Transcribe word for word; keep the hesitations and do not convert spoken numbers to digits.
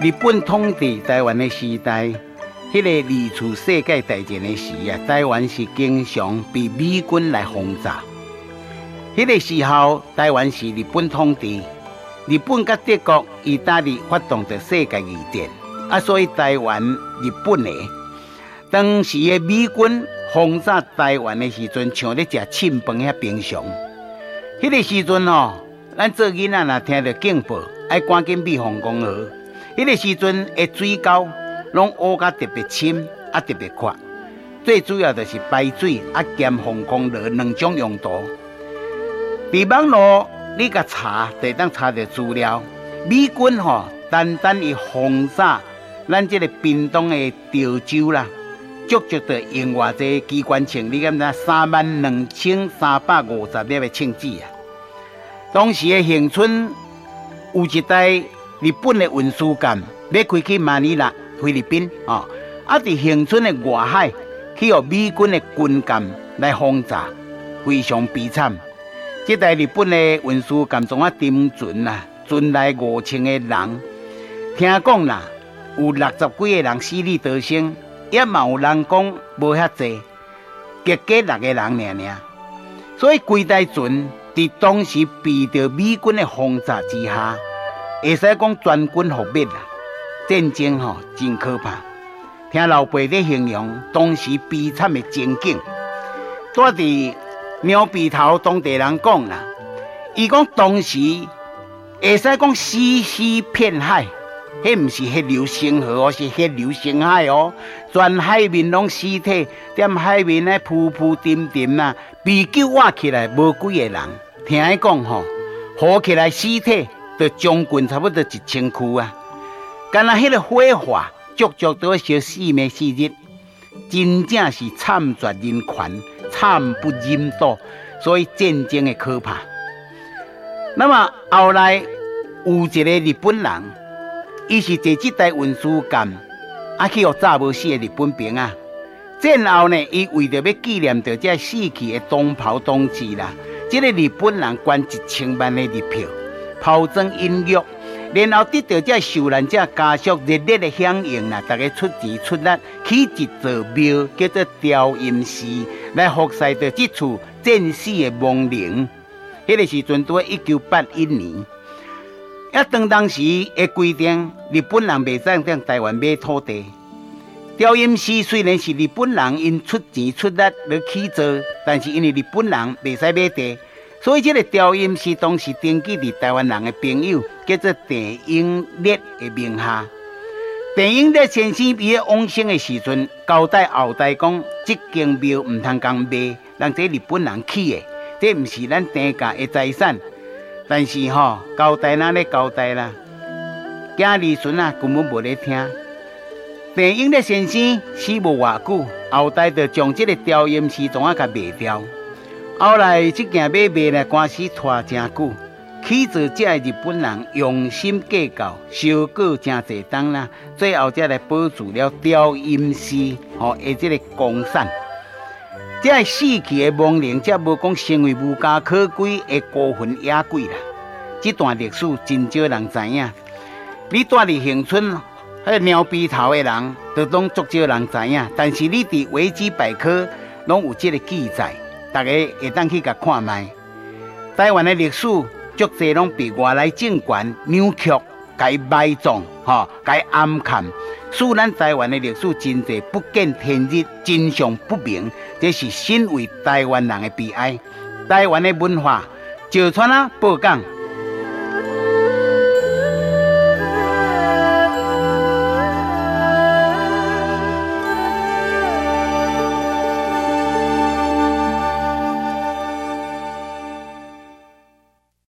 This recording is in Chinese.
日本统治台湾的时代，迄、那个二次世界大战的时啊，台湾是经常被美军来轰炸。迄、那个时候，台湾是日本统治，日本甲德国、意大利发动着世界二战，啊，所以台湾日本的当时的美军轰炸台湾的时阵，像咧食庆饭遐平常。迄、那个时阵哦，咱做囡仔若听到警报，爱赶紧避防公河。迄、那个时阵的水沟拢挖甲特别深，啊特别宽。最主要就是排水啊兼防空壕两种用途。伫网络你甲查，就当查到资料。美军吼、哦，单单伊轰炸咱这个屏东的潮州啦，足足的用偌济机关枪，你敢知？三万两千三百五十粒的枪支啊！当时的恒春有一台日本的运输舰要开去马尼拉菲律宾哦，啊，伫恒春的外海去予美军的军舰来轰炸，非常悲惨。这台日本的运输舰总啊沉船啦，船内五千个人，听讲啦有六十几个人死里逃生，也嘛有人讲无遐济，结果六个人尔尔。所以规台船伫当时被着美军的轰炸之下，会使讲全军覆灭啦。战争吼、哦、真可怕，听老爸咧形容当时悲惨的情景。住伫鸟鼻头当地人讲啦，伊讲当时会使讲死尸遍海，迄毋是血流成河哦，是血流成海哦。全海面拢尸体，踮海面咧浮浮沉沉啦，被救挖起来无几个人。听伊讲吼，活起来尸体就将近差不多一千躯啊。干那迄个火化，足足都要烧四暝四日，真正是惨绝人寰，惨不忍睹。所以战争的可怕。那么后来有一个日本人，伊是坐这台运输舰，啊去互炸无死的日本兵啊。战后呢，伊为着要纪念着这死去的同袍同志啦，这个日本人捐一千万的日票，抛砖引玉。然后得到这受难者家属热烈的响应啦，大家出钱出力起一座庙，叫做调音寺，来服侍着这处战死的亡灵。迄、那个时阵在一九八一年，一当当时的规定，日本人袂使向台湾买土地。调音寺虽然是日本人因出钱出力来起造，但是因为日本人袂使买地。所以，这个调音是当时登记伫台湾人的朋友，叫做郑英烈的名下。郑英烈先生伊往生的时阵，交代后代讲，这间庙唔通共卖，让这日本人起的，这唔是咱郑家的财产。但是吼、哦，交代哪咧交代啦？囝儿孙啊，根本无咧听。郑英烈先生死无偌久，后代就将这个调音寺总啊甲卖掉。后来这件买卖呢，官司拖真久，起造这的日本人用心计较，烧过真侪档啦，最后才来保住了调音寺吼的这个公产。这死去的亡灵，才无讲成为无家可归的孤魂野鬼啦。这段历史真少人知影。你住伫恒春，迄个鸟鼻头的人，就拢足少人知影。但是你伫维基百科拢有这个记载。大家会当去甲看卖，台湾的历史足侪拢被外来政权扭曲、改埋葬、吼、改暗藏，使咱台湾的历史真侪不见天日、真相不明，这是身为台湾人的悲哀。台湾的文化，石川啊报讲，